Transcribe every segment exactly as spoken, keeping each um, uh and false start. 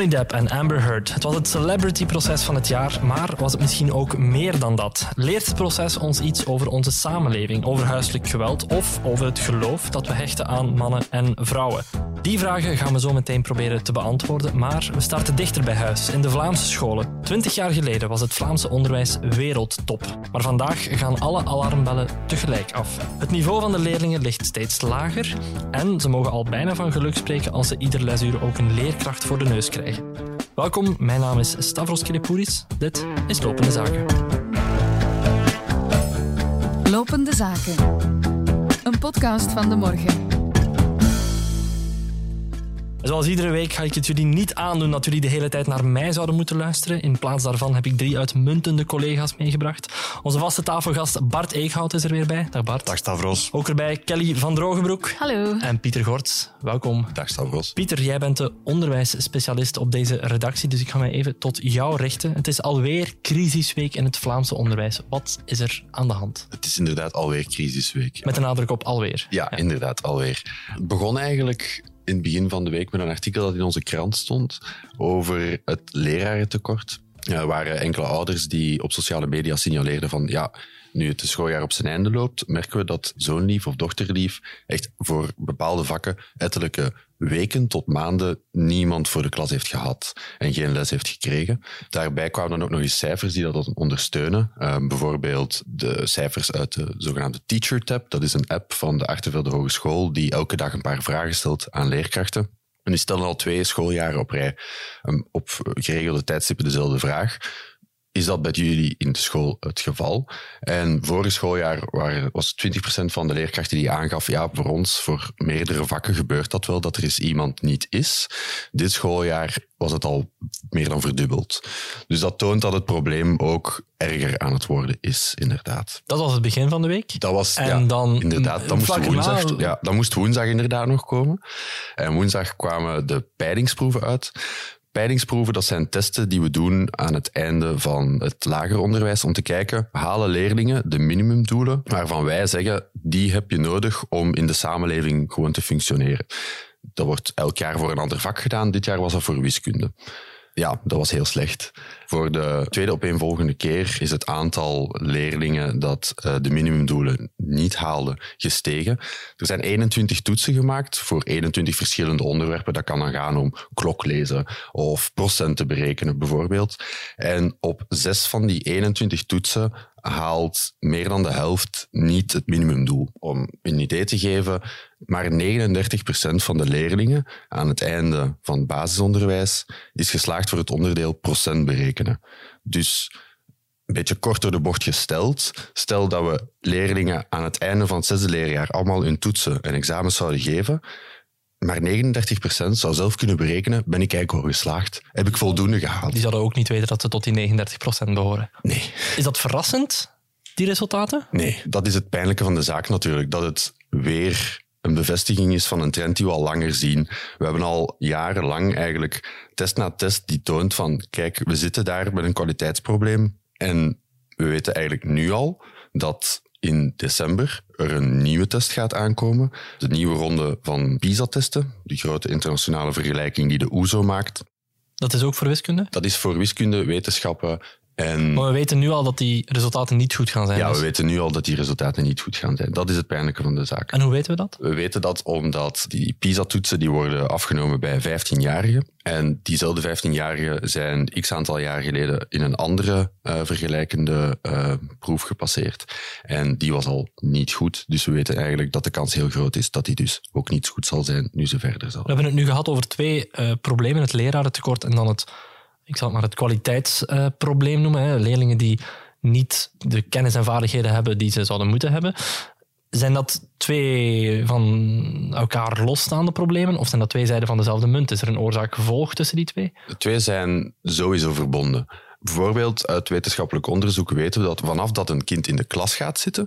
Johnny Depp en Amber Heard. Het was het celebrity-proces van het jaar, maar was het misschien ook meer dan dat? Leert het proces ons iets over onze samenleving, over huiselijk geweld of over het geloof dat we hechten aan mannen en vrouwen? Die vragen gaan we zo meteen proberen te beantwoorden, maar we starten dichter bij huis, in de Vlaamse scholen. Twintig jaar geleden was het Vlaamse onderwijs wereldtop. Maar vandaag gaan alle alarmbellen tegelijk af. Het niveau van de leerlingen ligt steeds lager en ze mogen al bijna van geluk spreken als ze ieder lesuur ook een leerkracht voor de neus krijgen. Welkom, mijn naam is Stavros Kirepouris. Dit is Lopende Zaken. Lopende Zaken. Een podcast van De Morgen. Zoals iedere week ga ik het jullie niet aandoen dat jullie de hele tijd naar mij zouden moeten luisteren. In plaats daarvan heb ik drie uitmuntende collega's meegebracht. Onze vaste tafelgast Bart Eekhout is er weer bij. Dag Bart. Dag Stavros. Ook erbij Kelly van Drogenbroek. Hallo. En Pieter Gorts. Welkom. Dag Stavros. Pieter, jij bent de onderwijsspecialist op deze redactie, dus ik ga mij even tot jou richten. Het is alweer crisisweek in het Vlaamse onderwijs. Wat is er aan de hand? Het is inderdaad alweer crisisweek. Met de nadruk op alweer. Ja, ja, inderdaad, alweer. Het begon eigenlijk in het begin van de week met een artikel dat in onze krant stond over het lerarentekort. Er waren enkele ouders die op sociale media signaleerden van ja, nu het schooljaar op zijn einde loopt, merken we dat zoonlief of dochterlief echt voor bepaalde vakken ettelijke weken tot maanden niemand voor de klas heeft gehad en geen les heeft gekregen. Daarbij kwamen dan ook nog eens cijfers die dat ondersteunen. Uh, bijvoorbeeld de cijfers uit de zogenaamde Teacher Tab. Dat is een app van de Achtervelde Hogeschool die elke dag een paar vragen stelt aan leerkrachten. En die stellen al twee schooljaren op rij um, op geregelde tijdstippen dezelfde vraag. Is dat bij jullie in de school het geval? En vorig schooljaar waren, was twintig procent van de leerkrachten die aangaf, ja, voor ons, voor meerdere vakken gebeurt dat wel, dat er eens iemand niet is. Dit schooljaar was het al meer dan verdubbeld. Dus dat toont dat het probleem ook erger aan het worden is, inderdaad. Dat was het begin van de week. Dat was, en ja, dan inderdaad, dat moest woensdag, na... ja, dat moest woensdag inderdaad nog komen. En woensdag kwamen de peidingsproeven uit. Peidingsproeven, dat zijn testen die we doen aan het einde van het lager onderwijs om te kijken, halen leerlingen de minimumdoelen waarvan wij zeggen, die heb je nodig om in de samenleving gewoon te functioneren. Dat wordt elk jaar voor een ander vak gedaan. Dit jaar was dat voor wiskunde. Ja, dat was heel slecht. Voor de tweede opeenvolgende keer is het aantal leerlingen dat uh, de minimumdoelen niet haalde gestegen. Er zijn eenentwintig toetsen gemaakt voor eenentwintig verschillende onderwerpen. Dat kan dan gaan om kloklezen of procenten berekenen bijvoorbeeld. En op zes van die eenentwintig toetsen haalt meer dan de helft niet het minimumdoel. Om een idee te geven, maar negenendertig procent van de leerlingen aan het einde van het basisonderwijs is geslaagd voor het onderdeel procent berekenen. Dus een beetje kort door de bocht gesteld. Stel dat we leerlingen aan het einde van het zesde leerjaar allemaal hun toetsen en examens zouden geven, maar negenendertig procent zou zelf kunnen berekenen, ben ik eigenlijk al geslaagd? Heb ik voldoende gehaald? Die zouden ook niet weten dat ze tot die negenendertig procent behoren. Nee. Is dat verrassend, die resultaten? Nee, dat is het pijnlijke van de zaak natuurlijk. Dat het weer een bevestiging is van een trend die we al langer zien. We hebben al jarenlang eigenlijk test na test die toont van, kijk, we zitten daar met een kwaliteitsprobleem en we weten eigenlijk nu al dat in december er een nieuwe test gaat aankomen. De nieuwe ronde van PISA-testen, die grote internationale vergelijking die de O E S O maakt. Dat is ook voor wiskunde? Dat is voor wiskunde, wetenschappen en... Maar we weten nu al dat die resultaten niet goed gaan zijn. Ja, dus. we weten nu al dat die resultaten niet goed gaan zijn. Dat is het pijnlijke van de zaak. En hoe weten we dat? We weten dat omdat die PISA-toetsen die worden afgenomen bij vijftienjarigen. En diezelfde vijftienjarigen zijn x aantal jaar geleden in een andere uh, vergelijkende uh, proef gepasseerd. En die was al niet goed. Dus we weten eigenlijk dat de kans heel groot is dat die dus ook niet goed zal zijn nu ze verder zal. We hebben het nu gehad over twee uh, problemen. Het lerarentekort en dan het, ik zal het maar het kwaliteitsprobleem uh, noemen. Hè. Leerlingen die niet de kennis en vaardigheden hebben die ze zouden moeten hebben. Zijn dat twee van elkaar losstaande problemen of zijn dat twee zijden van dezelfde munt? Is er een oorzaak-gevolg tussen die twee? De twee zijn sowieso verbonden. Bijvoorbeeld uit wetenschappelijk onderzoek weten we dat vanaf dat een kind in de klas gaat zitten,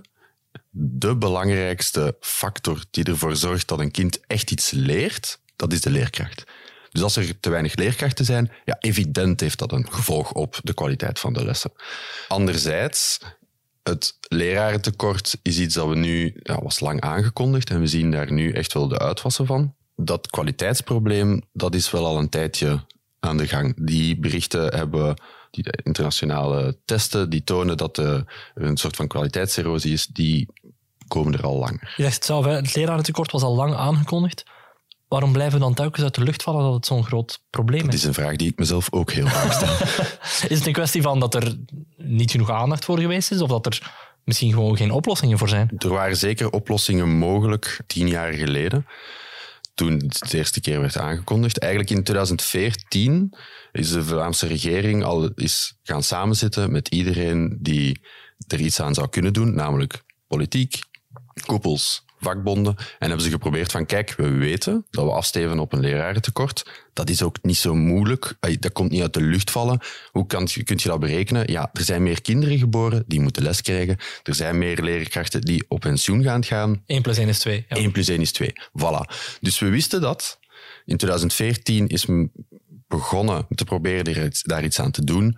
de belangrijkste factor die ervoor zorgt dat een kind echt iets leert, dat is de leerkracht. Dus als er te weinig leerkrachten zijn, ja, evident heeft dat een gevolg op de kwaliteit van de lessen. Anderzijds, het lerarentekort is iets dat we nu, ja, was lang aangekondigd en we zien daar nu echt wel de uitwassen van. Dat kwaliteitsprobleem, dat is wel al een tijdje aan de gang. Die berichten hebben, die internationale testen, die tonen dat er een soort van kwaliteitserosie is, die komen er al langer. Je zegt het zelf, hè? Het lerarentekort was al lang aangekondigd. Waarom blijven we dan telkens uit de lucht vallen dat het zo'n groot probleem is? Dat is een vraag die ik mezelf ook heel vaak stel. Is het een kwestie van dat er niet genoeg aandacht voor geweest is, of dat er misschien gewoon geen oplossingen voor zijn? Er waren zeker oplossingen mogelijk tien jaar geleden, toen het de eerste keer werd aangekondigd. Eigenlijk in twintig veertien is de Vlaamse regering al eens gaan samenzitten met iedereen die er iets aan zou kunnen doen, namelijk politiek, koepels, vakbonden, en hebben ze geprobeerd van, kijk, we weten dat we afsteven op een lerarentekort. Dat is ook niet zo moeilijk. Dat komt niet uit de lucht vallen. Hoe kan, kun je dat berekenen? Ja, er zijn meer kinderen geboren die moeten les krijgen. Er zijn meer leerkrachten die op pensioen gaan gaan. één plus één is twee. Ja. één plus één is twee. Voilà. Dus we wisten dat. In twintig veertien is men begonnen te proberen daar iets aan te doen.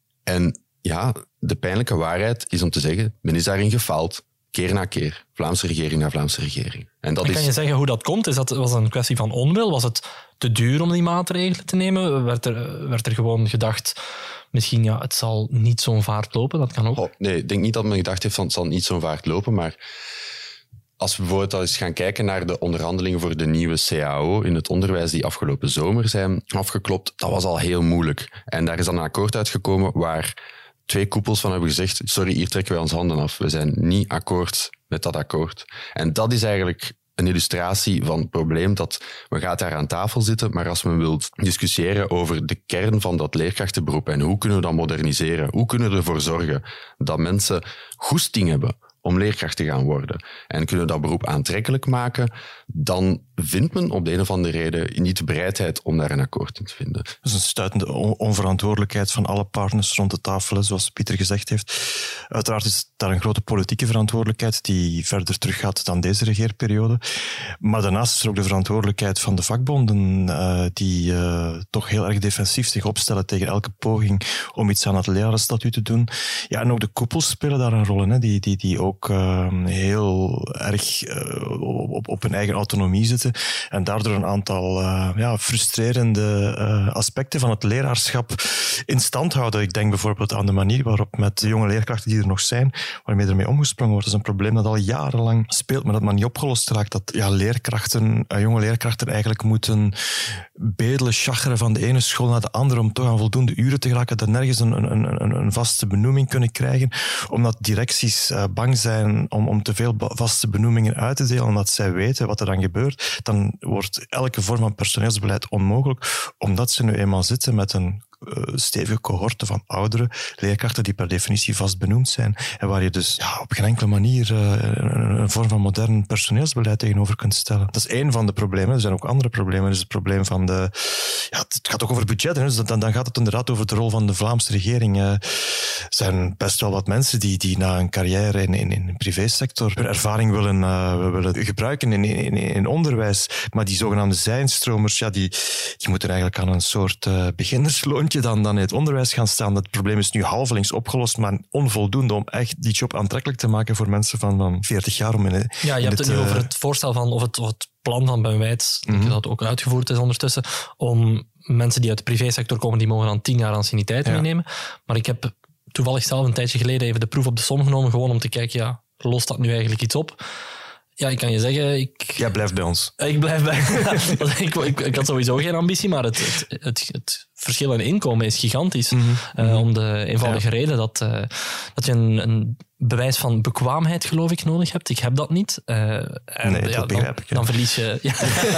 En ja, de pijnlijke waarheid is om te zeggen, men is daarin gefaald. Keer na keer. Vlaamse regering na Vlaamse regering. En dat en kan is... je zeggen hoe dat komt? Is dat, was dat een kwestie van onwil? Was het te duur om die maatregelen te nemen? Werd er, werd er gewoon gedacht, misschien ja, het zal niet zo'n vaart lopen? Dat kan ook. Oh, nee, ik denk niet dat men gedacht heeft van het zal niet zo'n vaart lopen, maar als we bijvoorbeeld al eens gaan kijken naar de onderhandelingen voor de nieuwe C A O in het onderwijs die afgelopen zomer zijn afgeklopt, dat was al heel moeilijk. En daar is dan een akkoord uitgekomen waar twee koepels van hebben gezegd, sorry, hier trekken wij ons handen af. We zijn niet akkoord met dat akkoord. En dat is eigenlijk een illustratie van het probleem dat we gaan daar aan tafel zitten, maar als men wil discussiëren over de kern van dat leerkrachtenberoep en hoe kunnen we dat moderniseren, hoe kunnen we ervoor zorgen dat mensen goesting hebben om leerkracht te gaan worden en kunnen dat beroep aantrekkelijk maken, dan vindt men op de een of andere reden niet de bereidheid om daar een akkoord in te vinden. Dat is een stuitende onverantwoordelijkheid van alle partners rond de tafel, zoals Pieter gezegd heeft. Uiteraard is daar een grote politieke verantwoordelijkheid die verder teruggaat dan deze regeerperiode. Maar daarnaast is er ook de verantwoordelijkheid van de vakbonden uh, die uh, toch heel erg defensief zich opstellen tegen elke poging om iets aan het lerarenstatuut te doen. Ja, en ook de koepels spelen daar een rol in, hè, die, die, die ook uh, heel erg uh, op, op hun eigen autonomie zitten en daardoor een aantal uh, ja, frustrerende uh, aspecten van het leraarschap in stand houden. Ik denk bijvoorbeeld aan de manier waarop met de jonge leerkrachten die er nog zijn, waarmee ermee omgesprongen wordt. Dat is een probleem dat al jarenlang speelt, maar dat maar niet opgelost raakt. Dat ja, leerkrachten, uh, jonge leerkrachten eigenlijk moeten bedelen, chacheren van de ene school naar de andere om toch aan voldoende uren te geraken, dat nergens een, een, een, een vaste benoeming kunnen krijgen, omdat directies uh, bang zijn om, om te veel vaste benoemingen uit te delen, omdat zij weten wat er dan gebeurt. Dan wordt elke vorm van personeelsbeleid onmogelijk, omdat ze nu eenmaal zitten met een uh, stevige cohorte van oudere leerkrachten die per definitie vast benoemd zijn en waar je dus ja, op geen enkele manier uh, een, een vorm van modern personeelsbeleid tegenover kunt stellen. Dat is één van de problemen. Er zijn ook andere problemen. Er is het probleem van de... Ja, het gaat ook over budget. Hè. Dus dan, dan gaat het inderdaad over de rol van de Vlaamse regering. Uh, er zijn best wel wat mensen die, die na een carrière in, in, in de privésector hun ervaring willen, uh, willen gebruiken in, in, in onderwijs. Maar die zogenaamde zijnstromers, ja, die, die moeten eigenlijk aan een soort uh, beginnersloontje dan, dan in het onderwijs gaan staan. Dat probleem is nu halvelings opgelost, maar onvoldoende om echt die job aantrekkelijk te maken voor mensen van, van veertig jaar. Om in, in ja, je hebt het nu uh, over het voorstel van, of het, of het plan van Ben Wijts, mm-hmm. dat ook uitgevoerd is ondertussen, om mensen die uit de privésector komen, die mogen dan tien jaar anciëniteit ja. meenemen. Maar ik heb toevallig zelf een tijdje geleden even de proef op de som genomen, gewoon om te kijken, ja, lost dat nu eigenlijk iets op? Ja, ik kan je zeggen... Ik, Jij blijft bij ons. Ik blijf bij... ik, ik, ik had sowieso geen ambitie, maar het, het, het, het verschil in inkomen is gigantisch. Mm-hmm. Uh, om de eenvoudige ja. reden dat, uh, dat je een, een bewijs van bekwaamheid, geloof ik, nodig hebt. Ik heb dat niet. Uh, en, nee, ja, dat begrijp dan, ik. Ja. Dan verlies je... Ja.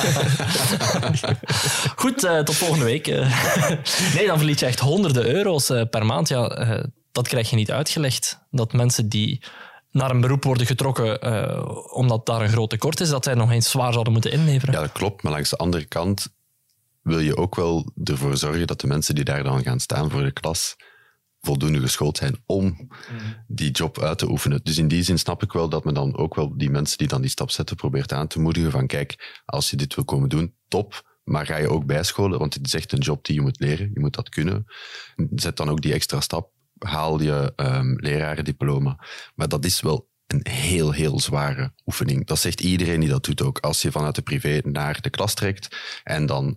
Goed, uh, tot volgende week. Uh, nee, dan verlies je echt honderden euro's uh, per maand. Ja, uh, dat krijg je niet uitgelegd. Dat mensen die naar een beroep worden getrokken uh, omdat daar een groot tekort is, dat zij nog eens zwaar zouden moeten inleveren. Ja, dat klopt. Maar langs de andere kant wil je ook wel ervoor zorgen dat de mensen die daar dan gaan staan voor de klas voldoende geschoold zijn om die job uit te oefenen. Dus in die zin snap ik wel dat men dan ook wel die mensen die dan die stap zetten probeert aan te moedigen van kijk, als je dit wil komen doen, top, maar ga je ook bijscholen, want het is echt een job die je moet leren, je moet dat kunnen. Zet dan ook die extra stap, haal je um, lerarendiploma. Maar dat is wel een heel, heel zware oefening. Dat zegt iedereen die dat doet ook. Als je vanuit de privé naar de klas trekt en dan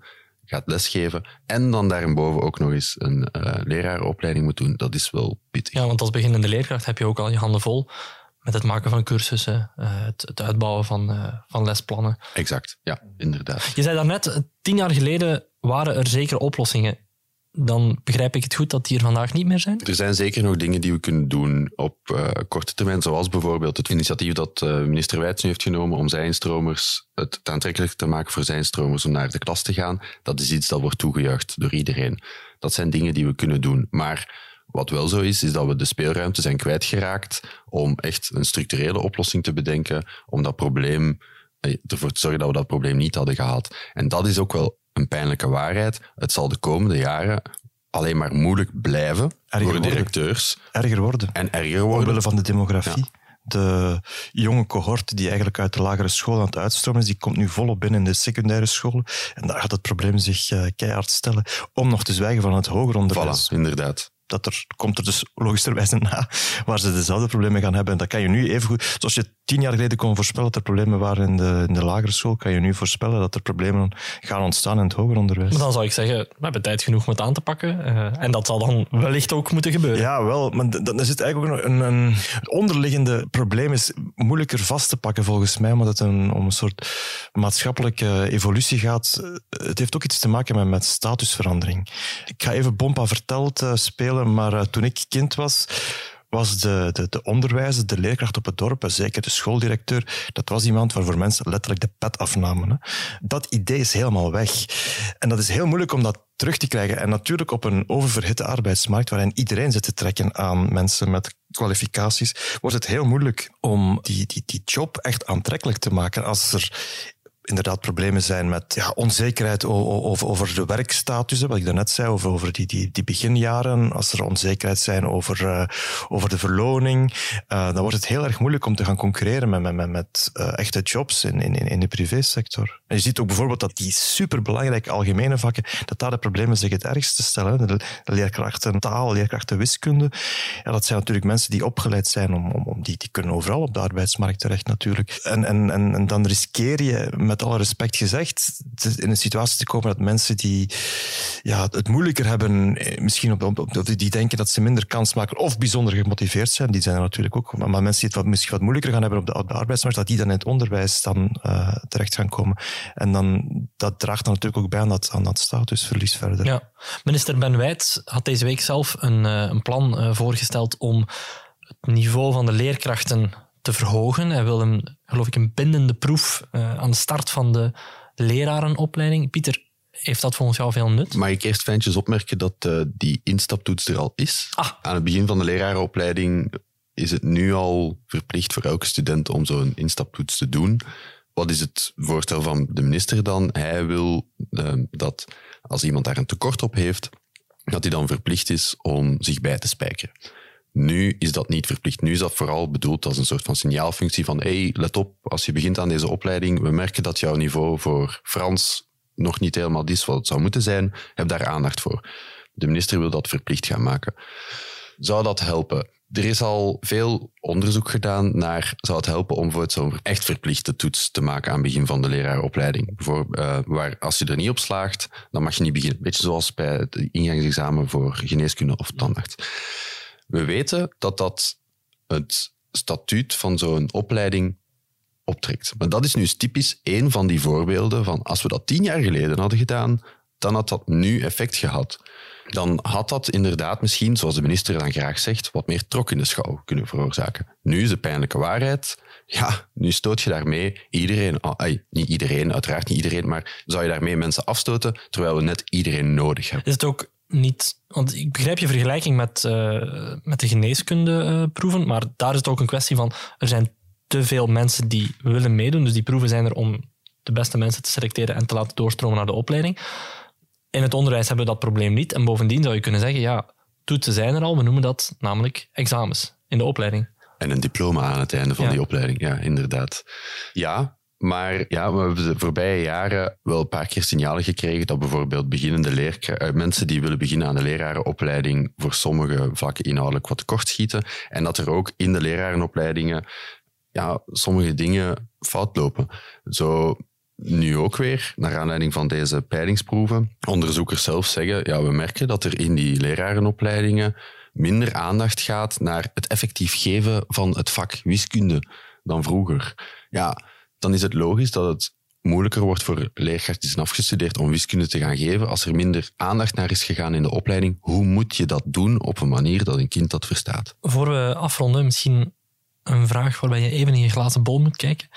gaat lesgeven en dan daarboven ook nog eens een uh, lerarenopleiding moet doen, dat is wel pittig. Ja, want als beginnende leerkracht heb je ook al je handen vol met het maken van cursussen, uh, het, het uitbouwen van, uh, van lesplannen. Exact, ja, inderdaad. Je zei daarnet, tien jaar geleden waren er zeker oplossingen. Dan begrijp ik het goed dat die er vandaag niet meer zijn? Er zijn zeker nog dingen die we kunnen doen op uh, korte termijn, zoals bijvoorbeeld het initiatief dat uh, minister Wijts nu heeft genomen om zijnstromers het aantrekkelijk te maken voor zijnstromers om naar de klas te gaan. Dat is iets dat wordt toegejuicht door iedereen. Dat zijn dingen die we kunnen doen. Maar wat wel zo is, is dat we de speelruimte zijn kwijtgeraakt om echt een structurele oplossing te bedenken, om dat probleem, ervoor te zorgen dat we dat probleem niet hadden gehad. En dat is ook wel een pijnlijke waarheid. Het zal de komende jaren alleen maar moeilijk blijven erger voor de directeurs. Worden. Erger worden. En erger worden. Omwille van de demografie. Ja. De jonge cohort die eigenlijk uit de lagere school aan het uitstromen is, die komt nu volop binnen in de secundaire scholen. En daar gaat het probleem zich uh, keihard stellen. Om nog te zwijgen van het hoger onderwijs. Voilà, inderdaad. Dat er, komt er dus logischerwijze na waar ze dezelfde problemen gaan hebben. En dat kan je nu even goed... Zoals je tien jaar geleden kon voorspellen dat er problemen waren in de, in de lagere school, kan je nu voorspellen dat er problemen gaan ontstaan in het hoger onderwijs. Maar dan zou ik zeggen, we hebben tijd genoeg om het aan te pakken. Uh, en dat zal dan wellicht ook moeten gebeuren. Ja, wel. Maar er zit eigenlijk ook een, een onderliggende probleem is moeilijker vast te pakken volgens mij, omdat het een, om een soort maatschappelijke evolutie gaat. Het heeft ook iets te maken met, met statusverandering. Ik ga even Bompa verteld uh, spelen. Maar uh, toen ik kind was, was de, de, de onderwijzer, de leerkracht op het dorp, zeker de schooldirecteur, dat was iemand waarvoor mensen letterlijk de pet afnamen. Hè. Dat idee is helemaal weg. En dat is heel moeilijk om dat terug te krijgen. En natuurlijk op een oververhitte arbeidsmarkt, waarin iedereen zit te trekken aan mensen met kwalificaties, wordt het heel moeilijk om die, die, die job echt aantrekkelijk te maken als er inderdaad problemen zijn met ja, onzekerheid over, over de werkstatus, wat ik daarnet zei, over, over die, die, die beginjaren. Als er onzekerheid zijn over, uh, over de verloning, uh, dan wordt het heel erg moeilijk om te gaan concurreren met, met, met uh, echte jobs in, in, in de privésector. En je ziet ook bijvoorbeeld dat die superbelangrijke algemene vakken, dat daar de problemen zich het ergste stellen. De, de leerkrachten taal, leerkrachten wiskunde. Ja, dat zijn natuurlijk mensen die opgeleid zijn om, om, om die, die kunnen overal op de arbeidsmarkt terecht natuurlijk. En, en, en, en dan riskeer je met met alle respect gezegd, in een situatie te komen dat mensen die ja, het moeilijker hebben, misschien op, op, op, die denken dat ze minder kans maken of bijzonder gemotiveerd zijn, die zijn er natuurlijk ook, maar mensen die het wat, misschien wat moeilijker gaan hebben op de, op de arbeidsmarkt, dat die dan in het onderwijs dan uh, terecht gaan komen. En dan, dat draagt dan natuurlijk ook bij aan dat, aan dat statusverlies verder. Ja. Minister Ben Wijts had deze week zelf een, een plan uh, voorgesteld om het niveau van de leerkrachten te verhogen. Hij wil een, geloof ik, een bindende proef uh, aan de start van de lerarenopleiding. Pieter, heeft dat volgens jou veel nut? Mag ik eerst fijntjes opmerken dat uh, die instaptoets er al is? Ah. Aan het begin van de lerarenopleiding is het nu al verplicht voor elke student om zo'n instaptoets te doen. Wat is het voorstel van de minister dan? Hij wil uh, dat als iemand daar een tekort op heeft, dat hij dan verplicht is om zich bij te spijkeren. Nu is dat niet verplicht. Nu is dat vooral bedoeld als een soort van signaalfunctie van hey, let op, als je begint aan deze opleiding, we merken dat jouw niveau voor Frans nog niet helemaal is wat het zou moeten zijn. Heb daar aandacht voor. De minister wil dat verplicht gaan maken. Zou dat helpen? Er is al veel onderzoek gedaan naar, zou het helpen om voor het zo'n echt verplichte toets te maken aan het begin van de leraaropleiding. Bijvoorbeeld, uh, waar als je er niet op slaagt, dan mag je niet beginnen. Beetje zoals bij het ingangsexamen voor geneeskunde of tandarts. We weten dat dat het statuut van zo'n opleiding optrekt. Maar dat is nu typisch één van die voorbeelden van als we dat tien jaar geleden hadden gedaan, dan had dat nu effect gehad. Dan had dat inderdaad misschien, zoals de minister dan graag zegt, wat meer trok in de schouw kunnen veroorzaken. Nu is de pijnlijke waarheid, ja, nu stoot je daarmee iedereen, ay, niet iedereen, uiteraard niet iedereen, maar zou je daarmee mensen afstoten, terwijl we net iedereen nodig hebben. Is het ook niet... Want ik begrijp je vergelijking met, uh, met de geneeskundeproeven, uh, maar daar is het ook een kwestie van, er zijn te veel mensen die willen meedoen, dus die proeven zijn er om de beste mensen te selecteren en te laten doorstromen naar de opleiding. In het onderwijs hebben we dat probleem niet. En bovendien zou je kunnen zeggen, ja, toetsen zijn er al, we noemen dat namelijk examens in de opleiding. En een diploma aan het einde van ja. die opleiding, ja, inderdaad. Ja, maar ja, we hebben de voorbije jaren wel een paar keer signalen gekregen dat bijvoorbeeld beginnende leerkrachten, mensen die willen beginnen aan de lerarenopleiding voor sommige vakken inhoudelijk wat tekortschieten. En dat er ook in de lerarenopleidingen ja, sommige dingen fout lopen. Zo nu ook weer, naar aanleiding van deze peilingsproeven, onderzoekers zelf zeggen, ja, we merken dat er in die lerarenopleidingen minder aandacht gaat naar het effectief geven van het vak wiskunde dan vroeger. Ja, dan is het logisch dat het moeilijker wordt voor leerkrachten die zijn afgestudeerd om wiskunde te gaan geven als er minder aandacht naar is gegaan in de opleiding. Hoe moet je dat doen op een manier dat een kind dat verstaat? Voor we afronden, misschien een vraag waarbij je even in je glazen bol moet kijken.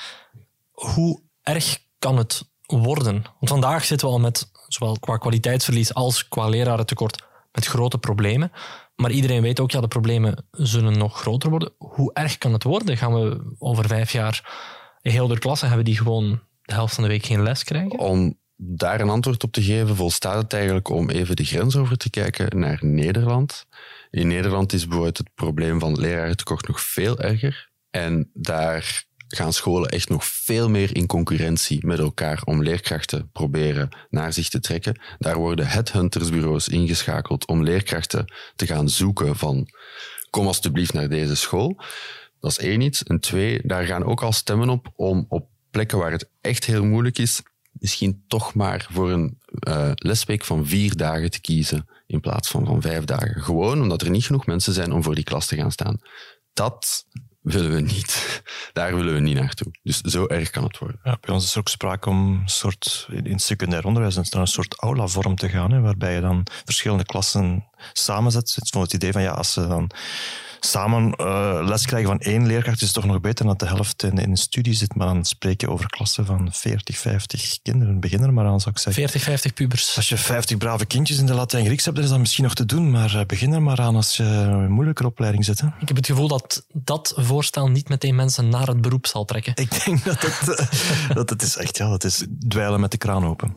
Hoe erg kan het worden? Want vandaag zitten we al met, zowel qua kwaliteitsverlies als qua lerarentekort, met grote problemen. Maar iedereen weet ook, ja, de problemen zullen nog groter worden. Hoe erg kan het worden? Gaan we over vijf jaar heel de klasse hebben die gewoon de helft van de week geen les krijgen? Om daar een antwoord op te geven, volstaat het eigenlijk om even de grens over te kijken naar Nederland. In Nederland is bijvoorbeeld het probleem van lerarentekort nog veel erger. En daar gaan scholen echt nog veel meer in concurrentie met elkaar om leerkrachten proberen naar zich te trekken. Daar worden headhuntersbureaus ingeschakeld om leerkrachten te gaan zoeken van kom alstublieft naar deze school. Dat is één iets. En twee, daar gaan ook al stemmen op om op plekken waar het echt heel moeilijk is, misschien toch maar voor een uh, lesweek van vier dagen te kiezen in plaats van van vijf dagen. Gewoon omdat er niet genoeg mensen zijn om voor die klas te gaan staan. Dat willen we niet. Daar willen we niet naartoe. Dus zo erg kan het worden. Ja, bij ons is er ook sprake om een soort, in het secundair onderwijs naar een soort aula-vorm te gaan, hè, waarbij je dan verschillende klassen samenzet. Het is van het idee van, ja, als ze dan samen uh, les krijgen van één leerkracht, is het toch nog beter dat de helft in, in een studie zit. Maar dan spreek je over klassen van veertig, vijftig kinderen. Begin er maar aan, zou ik zeggen. veertig, vijftig pubers. Als je vijftig brave kindjes in de Latijn-Grieks hebt, dan is dat misschien nog te doen. Maar uh, begin er maar aan als je een moeilijke opleiding zit. Hè. Ik heb het gevoel dat dat voorstel niet meteen mensen naar het beroep zal trekken. Ik denk dat het, uh, dat het is echt, ja, dat is dweilen met de kraan open.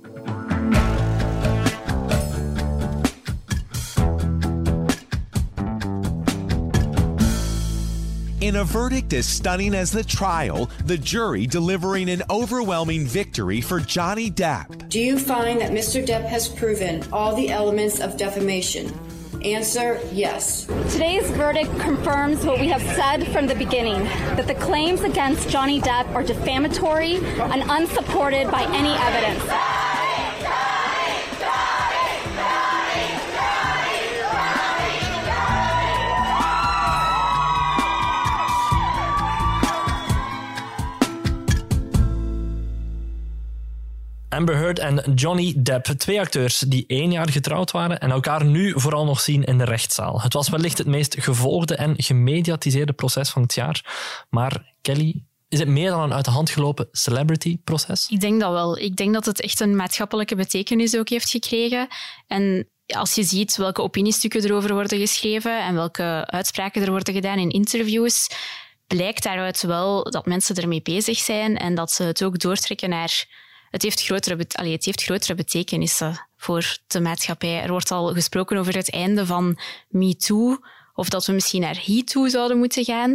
In a verdict as stunning as the trial, the jury delivering an overwhelming victory for Johnny Depp. Do you find that Mister Depp has proven all the elements of defamation? Answer, yes. Today's verdict confirms what we have said from the beginning, that the claims against Johnny Depp are defamatory and unsupported by any evidence. Amber Heard en Johnny Depp, twee acteurs die één jaar getrouwd waren en elkaar nu vooral nog zien in de rechtszaal. Het was wellicht het meest gevolgde en gemediatiseerde proces van het jaar. Maar Kelly, is het meer dan een uit de hand gelopen celebrity-proces? Ik denk dat wel. Ik denk dat het echt een maatschappelijke betekenis ook heeft gekregen. En als je ziet welke opiniestukken erover worden geschreven en welke uitspraken er worden gedaan in interviews, blijkt daaruit wel dat mensen ermee bezig zijn en dat ze het ook doortrekken naar... Het heeft, grotere, allee, het heeft grotere betekenissen voor de maatschappij. Er wordt al gesproken over het einde van MeToo, of dat we misschien naar HeToo zouden moeten gaan.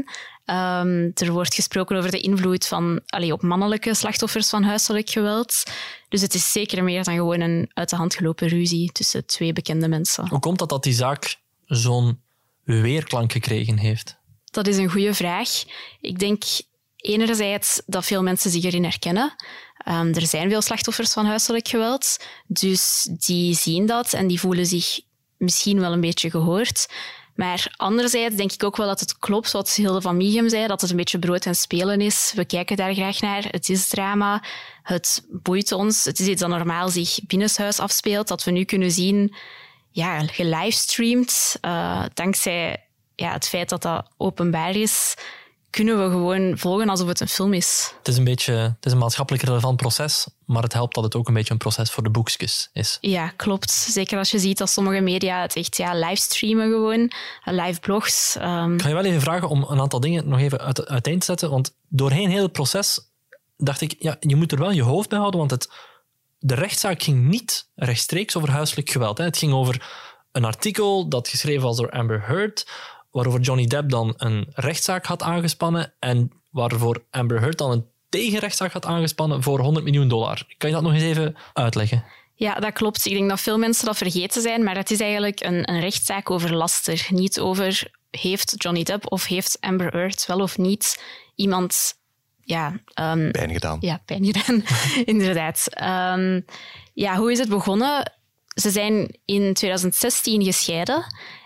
Um, er wordt gesproken over de invloed van, allee, op mannelijke slachtoffers van huiselijk geweld. Dus het is zeker meer dan gewoon een uit de hand gelopen ruzie tussen twee bekende mensen. Hoe komt dat dat die zaak zo'n weerklank gekregen heeft? Dat is een goede vraag. Ik denk enerzijds dat veel mensen zich erin herkennen. Um, er zijn veel slachtoffers van huiselijk geweld, dus die zien dat en die voelen zich misschien wel een beetje gehoord. Maar anderzijds denk ik ook wel dat het klopt wat Hilde van Mieghem zei, dat het een beetje brood en spelen is. We kijken daar graag naar. Het is drama. Het boeit ons. Het is iets dat normaal zich binnenshuis afspeelt, dat we nu kunnen zien, ja, gelivestreamd. Uh, dankzij ja, het feit dat dat openbaar is, kunnen we gewoon volgen alsof het een film is. Het is een beetje, het is een maatschappelijk relevant proces, maar het helpt dat het ook een beetje een proces voor de boekjes is. Ja, klopt. Zeker als je ziet dat sommige media het echt ja, livestreamen gewoon, live blogs. Um... Ik ga je wel even vragen om een aantal dingen nog even uit, uiteen te zetten, want doorheen heel het proces dacht ik, ja, je moet er wel je hoofd bij houden, want het, de rechtszaak ging niet rechtstreeks over huiselijk geweld. Hè. Het ging over een artikel dat geschreven was door Amber Heard, waarover Johnny Depp dan een rechtszaak had aangespannen en waarvoor Amber Heard dan een tegenrechtszaak had aangespannen voor honderd miljoen dollar. Kan je dat nog eens even uitleggen? Ja, dat klopt. Ik denk dat veel mensen dat vergeten zijn, maar het is eigenlijk een, een rechtszaak over laster. Niet over heeft Johnny Depp of heeft Amber Heard wel of niet iemand ja, um, pijn gedaan. Ja, pijn gedaan, inderdaad. Um, ja, hoe is het begonnen? Ze zijn in twintig zestien gescheiden.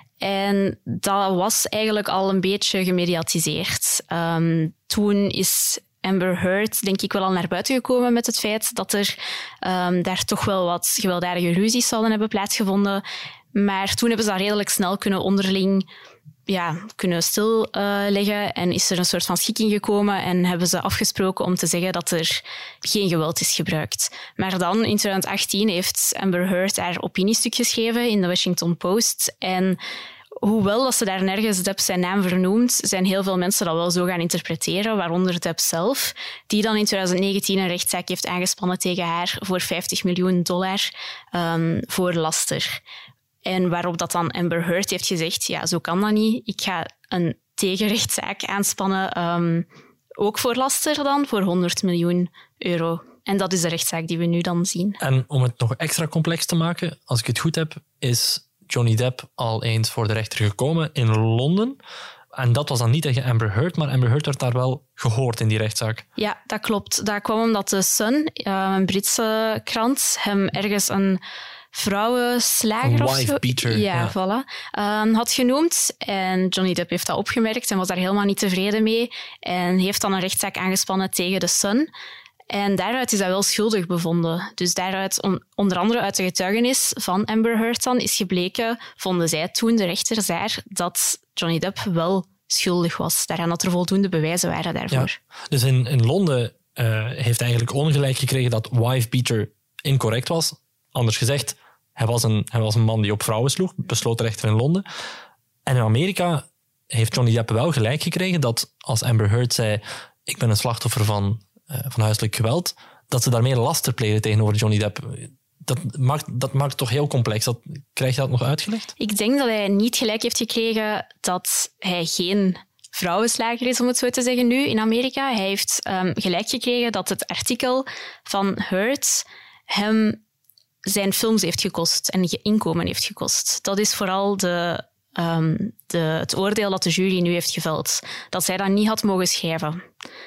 En dat was eigenlijk al een beetje gemediatiseerd. Um, toen is Amber Heard denk ik wel al naar buiten gekomen met het feit dat er um, daar toch wel wat gewelddadige ruzies zouden hebben plaatsgevonden. Maar toen hebben ze dat redelijk snel kunnen onderling ja, kunnen stilleggen uh, en is er een soort van schikking gekomen en hebben ze afgesproken om te zeggen dat er geen geweld is gebruikt. Maar dan, in twintig achttien, heeft Amber Heard haar opiniestuk geschreven in de Washington Post en hoewel dat ze daar nergens Depp zijn naam vernoemt, zijn heel veel mensen dat wel zo gaan interpreteren, waaronder Depp zelf, die dan in twintig negentien een rechtszaak heeft aangespannen tegen haar voor vijftig miljoen dollar um, voor laster. En waarop dat dan Amber Heard heeft gezegd, ja, zo kan dat niet. Ik ga een tegenrechtszaak aanspannen, um, ook voor laster dan, voor honderd miljoen euro. En dat is de rechtszaak die we nu dan zien. En om het nog extra complex te maken, als ik het goed heb, is Johnny Depp al eens voor de rechter gekomen in Londen. En dat was dan niet tegen Amber Heard, maar Amber Heard werd daar wel gehoord in die rechtszaak. Ja, dat klopt. Dat kwam omdat de Sun, een Britse krant, hem ergens een vrouwenslager een of zo... wife-beater. Ja, ja. Voilà. Um, had genoemd. En Johnny Depp heeft dat opgemerkt en was daar helemaal niet tevreden mee. En heeft dan een rechtszaak aangespannen tegen de Sun. En daaruit is hij wel schuldig bevonden. Dus daaruit, on, onder andere uit de getuigenis van Amber Heard dan, is gebleken, vonden zij toen, de rechters daar, dat Johnny Depp wel schuldig was. Daaraan dat er voldoende bewijzen waren daarvoor. Ja. Dus in, in Londen uh, heeft hij eigenlijk ongelijk gekregen dat wife-beater incorrect was. Anders gezegd, hij was, een, hij was een man die op vrouwen sloeg, besloot de rechter in Londen. En in Amerika heeft Johnny Depp wel gelijk gekregen dat als Amber Heard zei, ik ben een slachtoffer van... van huiselijk geweld, dat ze daarmee laster plegen tegenover Johnny Depp. Dat maakt, dat maakt het toch heel complex. Dat, krijg je dat nog uitgelegd? Ik denk dat hij niet gelijk heeft gekregen dat hij geen vrouwenslager is, om het zo te zeggen nu, in Amerika. Hij heeft um, gelijk gekregen dat het artikel van Heard hem zijn films heeft gekost en inkomen heeft gekost. Dat is vooral de, um, de, het oordeel dat de jury nu heeft geveld. Dat zij dat niet had mogen schrijven.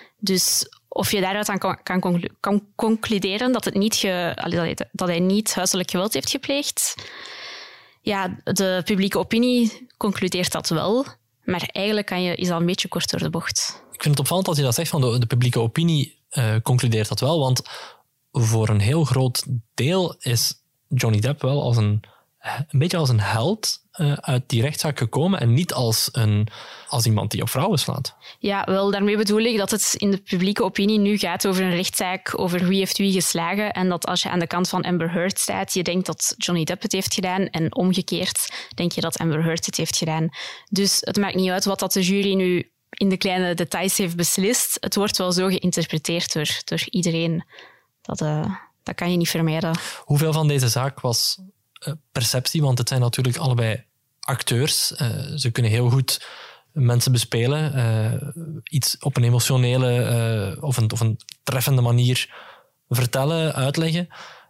Dus of je daaruit aan kan, kan, conclu- kan concluderen dat, het niet ge, dat hij niet huiselijk geweld heeft gepleegd. Ja, de publieke opinie concludeert dat wel. Maar eigenlijk kan je, is dat een beetje kort door de bocht. Ik vind het opvallend dat je dat zegt, van de, de publieke opinie uh, concludeert dat wel. Want voor een heel groot deel is Johnny Depp wel als een, een beetje als een held uh, uit die rechtszaak gekomen en niet als, een, als iemand die op vrouwen slaat. Ja, wel, daarmee bedoel ik dat het in de publieke opinie nu gaat over een rechtszaak over wie heeft wie geslagen en dat als je aan de kant van Amber Heard staat, je denkt dat Johnny Depp het heeft gedaan en omgekeerd denk je dat Amber Heard het heeft gedaan. Dus het maakt niet uit wat dat de jury nu in de kleine details heeft beslist. Het wordt wel zo geïnterpreteerd door, door iedereen. Dat, uh, dat kan je niet vermijden. Hoeveel van deze zaak was uh, perceptie? Want het zijn natuurlijk allebei acteurs. Uh, ze kunnen heel goed mensen bespelen. Uh, iets op een emotionele uh, of, een, of een treffende manier vertellen, uitleggen.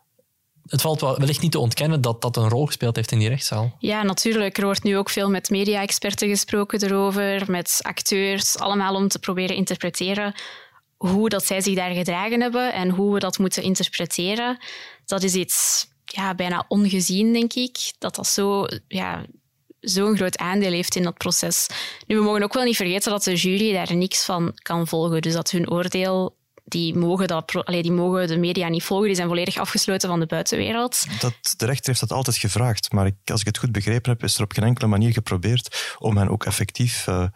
Het valt wel, wellicht niet te ontkennen dat dat een rol gespeeld heeft in die rechtszaal. Ja, natuurlijk. Er wordt nu ook veel met media-experten gesproken erover, met acteurs, allemaal om te proberen interpreteren hoe dat zij zich daar gedragen hebben en hoe we dat moeten interpreteren. Dat is iets ja, bijna ongezien, denk ik. Dat dat zo, ja, zo'n groot aandeel heeft in dat proces. Nu, we mogen ook wel niet vergeten dat de jury daar niks van kan volgen. Dus dat hun oordeel, die mogen, dat, allee, die mogen de media niet volgen. Die zijn volledig afgesloten van de buitenwereld. Dat, de rechter heeft dat altijd gevraagd. Maar ik, als ik het goed begrepen heb, is er op geen enkele manier geprobeerd om hen ook effectief uh,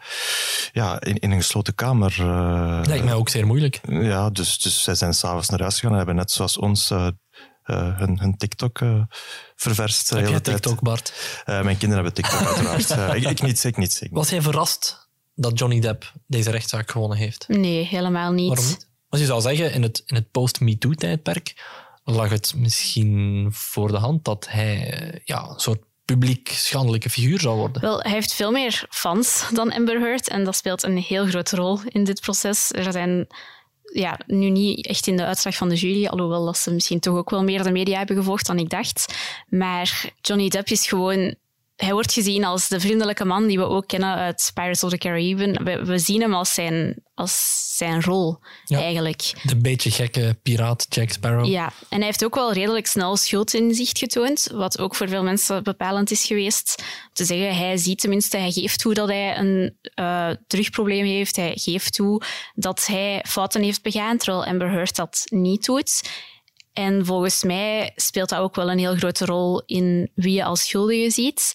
ja, in, in een gesloten kamer... Uh, Lijkt mij ook zeer moeilijk. Ja, dus, dus zij zijn s'avonds naar huis gegaan en hebben net zoals ons... Uh, Uh, hun, hun TikTok uh, ververst. Heb jij TikTok, Bart? Uh, mijn kinderen hebben TikTok, uiteraard. Uh, ik, ik niet, ik niet. Ik niet. Was jij verrast dat Johnny Depp deze rechtszaak gewonnen heeft? Nee, helemaal niet. Waarom niet? Als je zou zeggen, in het, in het post-MeToo-tijdperk lag het misschien voor de hand dat hij uh, ja, een soort publiek schandelijke figuur zou worden. Wel, hij heeft veel meer fans dan Amber Heard en dat speelt een heel grote rol in dit proces. Er zijn... Ja, nu niet echt in de uitslag van de jury, alhoewel dat ze misschien toch ook wel meer de media hebben gevolgd dan ik dacht. Maar Johnny Depp is gewoon hij wordt gezien als de vriendelijke man die we ook kennen uit Pirates of the Caribbean. We, we zien hem als zijn, als zijn rol, ja, eigenlijk. De beetje gekke piraat Jack Sparrow. Ja, en hij heeft ook wel redelijk snel schuldinzicht getoond, wat ook voor veel mensen bepalend is geweest. Om te zeggen, hij ziet tenminste, hij geeft toe dat hij een uh, drugprobleem heeft. Hij geeft toe dat hij fouten heeft begaan, terwijl Amber Heard dat niet doet. En volgens mij speelt dat ook wel een heel grote rol in wie je als schuldige ziet.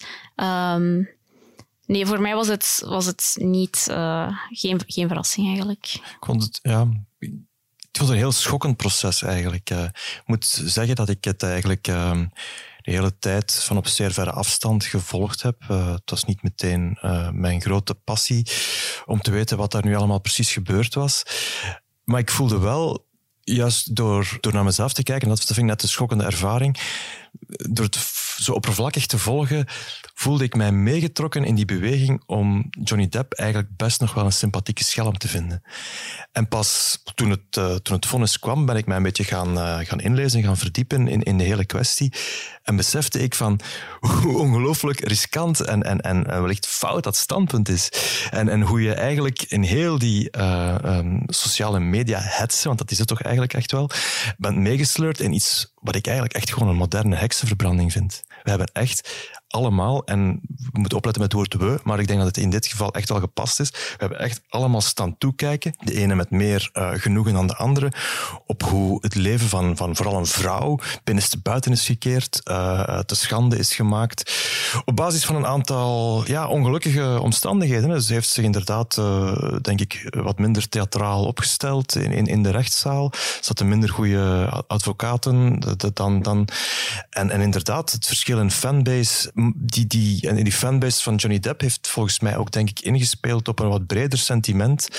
Um, nee, voor mij was het, was het niet, uh, geen, geen verrassing eigenlijk. Ik vond het, ja, het was een heel schokkend proces eigenlijk. Uh, ik moet zeggen dat ik het eigenlijk uh, de hele tijd van op zeer verre afstand gevolgd heb. Uh, het was niet meteen uh, mijn grote passie om te weten wat daar nu allemaal precies gebeurd was. Maar ik voelde wel, juist door, door naar mezelf te kijken, dat vind ik net een schokkende ervaring, door het zo oppervlakkig te volgen, voelde ik mij meegetrokken in die beweging om Johnny Depp eigenlijk best nog wel een sympathieke schelm te vinden. En pas toen het, uh, toen het vonnis kwam, ben ik mij een beetje gaan, uh, gaan inlezen, gaan verdiepen in, in de hele kwestie. En besefte ik van hoe ongelooflijk riskant en, en, en wellicht fout dat standpunt is. En, en hoe je eigenlijk in heel die uh, um, sociale media hetsen, want dat is het toch eigenlijk echt wel, bent meegesleurd in iets wat ik eigenlijk echt gewoon een moderne heksenverbranding vind. We hebben echt allemaal, en we moeten opletten met het woord we, maar ik denk dat het in dit geval echt wel gepast is. We hebben echt allemaal staan toekijken, de ene met meer uh, genoegen dan de andere, op hoe het leven van, van vooral een vrouw binnenste buiten is gekeerd, uh, te schande is gemaakt, op basis van een aantal ja, ongelukkige omstandigheden. Ze heeft zich inderdaad, uh, denk ik, wat minder theatraal opgesteld in, in, in de rechtszaal. Ze hadden minder goede advocaten dan... dan en, en inderdaad, het verschil in fanbase, die, die, en die fanbase van Johnny Depp heeft volgens mij ook, denk ik, ingespeeld op een wat breder sentiment,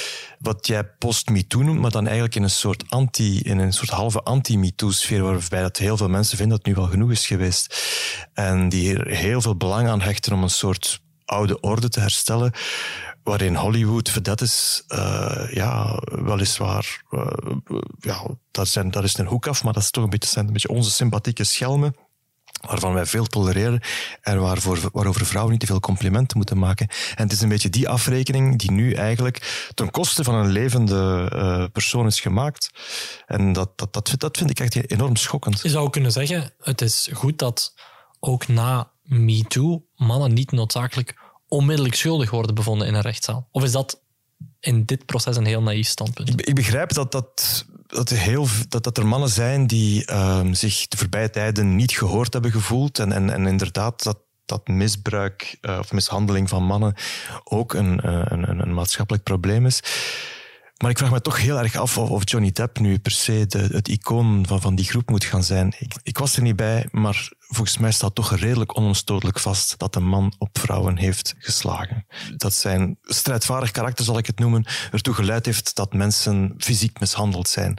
wat jij post-MeToo noemt, maar dan eigenlijk in een soort anti, in een soort halve anti-MeToo-sfeer, waarbij dat heel veel mensen vinden dat het nu wel genoeg is geweest. En die er heel veel belang aan hechten om een soort oude orde te herstellen, waarin Hollywood vedettes, uh, ja, weliswaar, uh, ja, dat, zijn, dat is een hoek af, maar dat is toch een beetje, zijn een beetje onze sympathieke schelmen, waarvan wij veel tolereren en waarvoor, waarover vrouwen niet te veel complimenten moeten maken. En het is een beetje die afrekening die nu eigenlijk ten koste van een levende uh, persoon is gemaakt. En dat, dat, dat, dat vind ik echt enorm schokkend. Je zou kunnen zeggen, het is goed dat ook na MeToo mannen niet noodzakelijk onmiddellijk schuldig worden bevonden in een rechtszaal. Of is dat in dit proces een heel naïef standpunt? Ik, ik begrijp dat dat... Dat er, heel, dat, dat er mannen zijn die uh, zich de voorbije tijden niet gehoord hebben gevoeld. En, en, en inderdaad, dat, dat misbruik uh, of mishandeling van mannen ook een, uh, een, een maatschappelijk probleem is. Maar ik vraag me toch heel erg af of, of Johnny Depp nu per se de, het icoon van, van die groep moet gaan zijn. Ik, ik was er niet bij, maar volgens mij staat toch redelijk onomstotelijk vast dat een man op vrouwen heeft geslagen. Dat zijn strijdvaardig karakter, zal ik het noemen, ertoe geleid heeft dat mensen fysiek mishandeld zijn.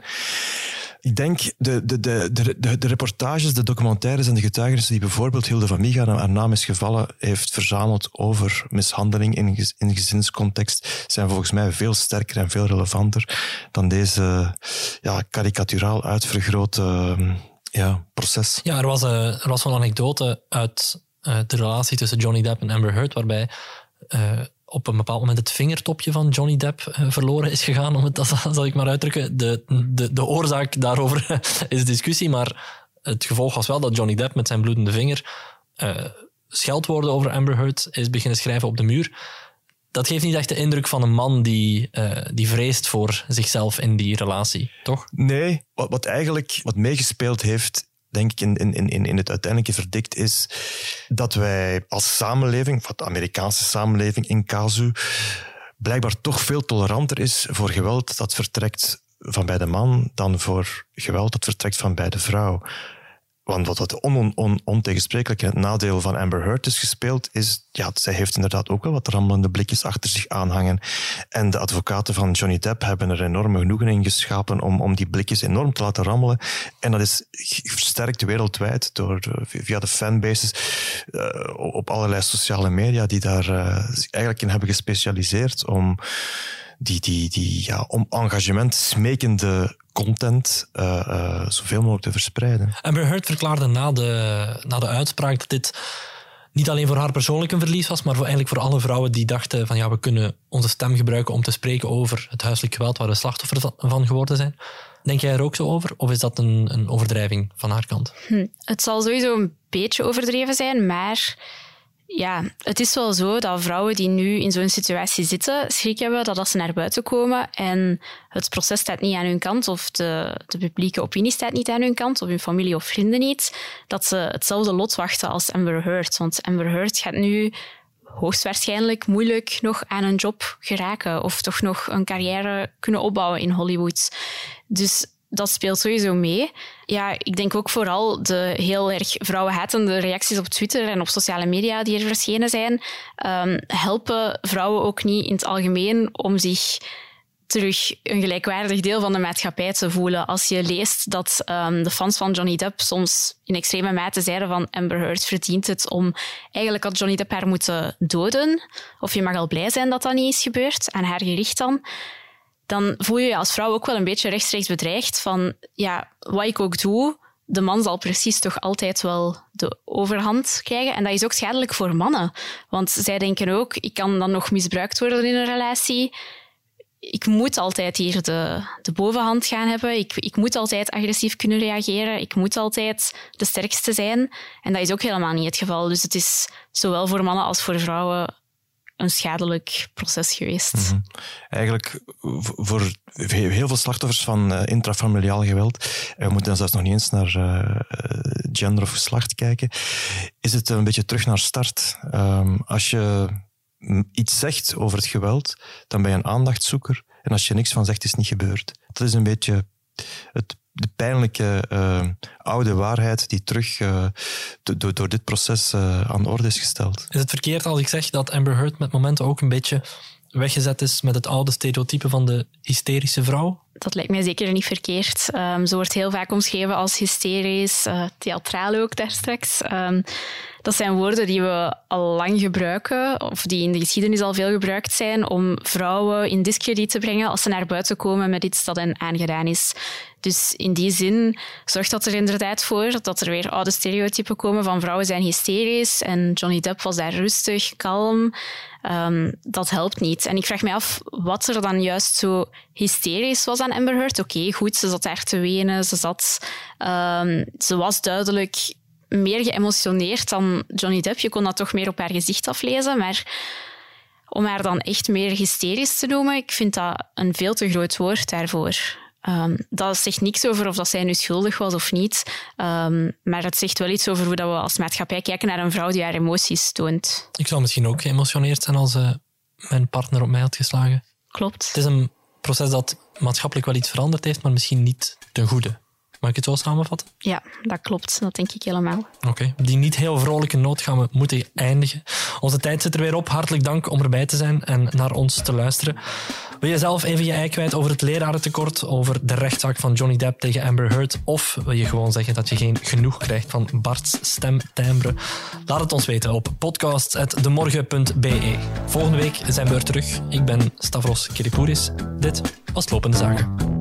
Ik denk, de, de, de, de, de reportages, de documentaires en de getuigenissen die bijvoorbeeld Hilde van Miga, haar naam is gevallen, heeft verzameld over mishandeling in, in gezinscontext, zijn volgens mij veel sterker en veel relevanter dan deze ja, karikaturaal uitvergrote ja, proces. Ja, er was, uh, er was een anekdote uit uh, de relatie tussen Johnny Depp en Amber Heard, waarbij uh, op een bepaald moment het vingertopje van Johnny Depp uh, verloren is gegaan, om het, dat zal ik maar uitdrukken. De, de, de oorzaak daarover is discussie, maar het gevolg was wel dat Johnny Depp met zijn bloedende vinger uh, scheldwoorden over Amber Heard is beginnen schrijven op de muur. Dat geeft niet echt de indruk van een man die, uh, die vreest voor zichzelf in die relatie, toch? Nee, wat, wat eigenlijk wat meegespeeld heeft, denk ik, in, in, in, in het uiteindelijke verdict is dat wij als samenleving, of de Amerikaanse samenleving in casu, blijkbaar toch veel toleranter is voor geweld dat vertrekt van bij de man dan voor geweld dat vertrekt van bij de vrouw. Want wat het on, on, ontegensprekelijk in het nadeel van Amber Heard is gespeeld, is, ja, zij heeft inderdaad ook wel wat rammelende blikjes achter zich aanhangen. En de advocaten van Johnny Depp hebben er enorme genoegen in geschapen om, om die blikjes enorm te laten rammelen. En dat is versterkt wereldwijd door, via de fanbases uh, op allerlei sociale media die daar uh, zich eigenlijk in hebben gespecialiseerd om die, die, die ja, om engagement smekende content uh, uh, zoveel mogelijk te verspreiden. Amber Heard verklaarde na de, na de uitspraak dat dit niet alleen voor haar persoonlijk een verlies was, maar voor, eigenlijk voor alle vrouwen die dachten van ja, we kunnen onze stem gebruiken om te spreken over het huiselijk geweld waar we slachtoffer van geworden zijn. Denk jij er ook zo over? Of is dat een, een overdrijving van haar kant? Hm, het zal sowieso een beetje overdreven zijn, maar ja, het is wel zo dat vrouwen die nu in zo'n situatie zitten schrik hebben dat als ze naar buiten komen en het proces staat niet aan hun kant of de, de publieke opinie staat niet aan hun kant of hun familie of vrienden niet, dat ze hetzelfde lot wachten als Amber Heard. Want Amber Heard gaat nu hoogstwaarschijnlijk moeilijk nog aan een job geraken of toch nog een carrière kunnen opbouwen in Hollywood. Dus dat speelt sowieso mee. Ja, ik denk ook vooral de heel erg vrouwenhatende reacties op Twitter en op sociale media die er verschenen zijn, um, helpen vrouwen ook niet in het algemeen om zich terug een gelijkwaardig deel van de maatschappij te voelen. Als je leest dat um, de fans van Johnny Depp soms in extreme mate zeiden van Amber Heard verdient het om... Eigenlijk had Johnny Depp haar moeten doden. Of je mag al blij zijn dat dat niet is gebeurd, aan haar gericht dan. Dan voel je je als vrouw ook wel een beetje rechtstreeks bedreigd van, ja, wat ik ook doe, de man zal precies toch altijd wel de overhand krijgen. En dat is ook schadelijk voor mannen. Want zij denken ook, ik kan dan nog misbruikt worden in een relatie. Ik moet altijd hier de, de bovenhand gaan hebben. Ik, ik moet altijd agressief kunnen reageren. Ik moet altijd de sterkste zijn. En dat is ook helemaal niet het geval. Dus het is zowel voor mannen als voor vrouwen een schadelijk proces geweest. Mm-hmm. Eigenlijk voor heel veel slachtoffers van uh, intrafamiliaal geweld, we moeten dan zelfs nog niet eens naar uh, gender of geslacht kijken, is het een beetje terug naar start. Um, als je iets zegt over het geweld, dan ben je een aandachtzoeker. En als je niks van zegt, is het niet gebeurd. Dat is een beetje het, de pijnlijke uh, oude waarheid die terug uh, do, door dit proces uh, aan de orde is gesteld. Is het verkeerd als ik zeg dat Amber Heard met momenten ook een beetje weggezet is met het oude stereotype van de hysterische vrouw? Dat lijkt mij zeker niet verkeerd. Um, ze wordt heel vaak omschreven als hysterisch, uh, theatraal ook daarstraks. Um, dat zijn woorden die we al lang gebruiken, of die in de geschiedenis al veel gebruikt zijn, om vrouwen in discrediet te brengen als ze naar buiten komen met iets dat hen aangedaan is. Dus in die zin zorgt dat er inderdaad voor dat er weer oude stereotypen komen van vrouwen zijn hysterisch en Johnny Depp was daar rustig, kalm. Um, dat helpt niet. En ik vraag me af wat er dan juist zo hysterisch was aan Amber Heard. Oké, okay, goed, ze zat daar te wenen, ze zat... Um, ze was duidelijk meer geëmotioneerd dan Johnny Depp. Je kon dat toch meer op haar gezicht aflezen, maar om haar dan echt meer hysterisch te noemen, ik vind dat een veel te groot woord daarvoor. Um, dat zegt niks over of dat zij nu schuldig was of niet, um, maar het zegt wel iets over hoe dat we als maatschappij kijken naar een vrouw die haar emoties toont. Ik zou misschien ook geëmotioneerd zijn als uh, mijn partner op mij had geslagen. Klopt. Het is een proces dat maatschappelijk wel iets veranderd heeft, maar misschien niet ten goede. Mag ik het zo samenvatten? Ja, dat klopt. Dat denk ik helemaal. Oké, okay. Op die niet heel vrolijke noot gaan we moeten eindigen. Onze tijd zit er weer op. Hartelijk dank om erbij te zijn en naar ons te luisteren. Wil je zelf even je ei kwijt over het lerarentekort, over de rechtszaak van Johnny Depp tegen Amber Heard, of wil je gewoon zeggen dat je geen genoeg krijgt van Bart's stemtimbre? Laat het ons weten op podcast at demorgen punt b e. Volgende week zijn we er terug. Ik ben Stavros Kiripouris. Dit was Lopende Zaken.